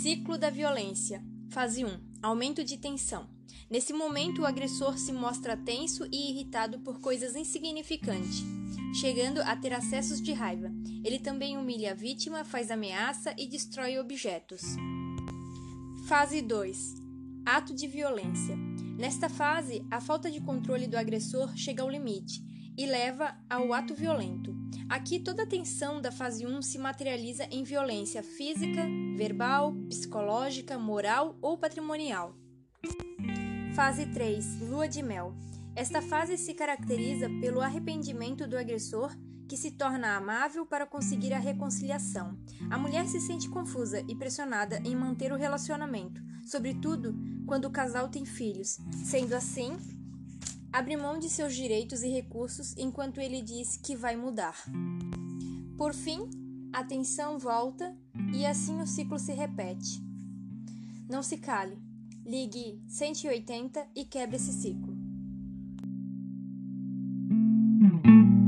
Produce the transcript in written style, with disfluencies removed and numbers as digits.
Ciclo da violência. Fase 1. Aumento de tensão. Nesse momento, o agressor se mostra tenso e irritado por coisas insignificantes, chegando a ter acessos de raiva. Ele também humilha a vítima, faz ameaça e destrói objetos. Fase 2. Ato de violência. Nesta fase, a falta de controle do agressor chega ao limite e leva ao ato violento. Aqui, toda a tensão da fase 1 se materializa em violência física, verbal, psicológica, moral ou patrimonial. Fase 3. Lua de mel. Esta fase se caracteriza pelo arrependimento do agressor, que se torna amável para conseguir a reconciliação. A mulher se sente confusa e pressionada em manter o relacionamento, sobretudo quando o casal tem filhos. Sendo assim, abre mão de seus direitos e recursos enquanto ele diz que vai mudar. Por fim, a tensão volta e assim o ciclo se repete. Não se cale. Ligue 180 e quebre esse ciclo.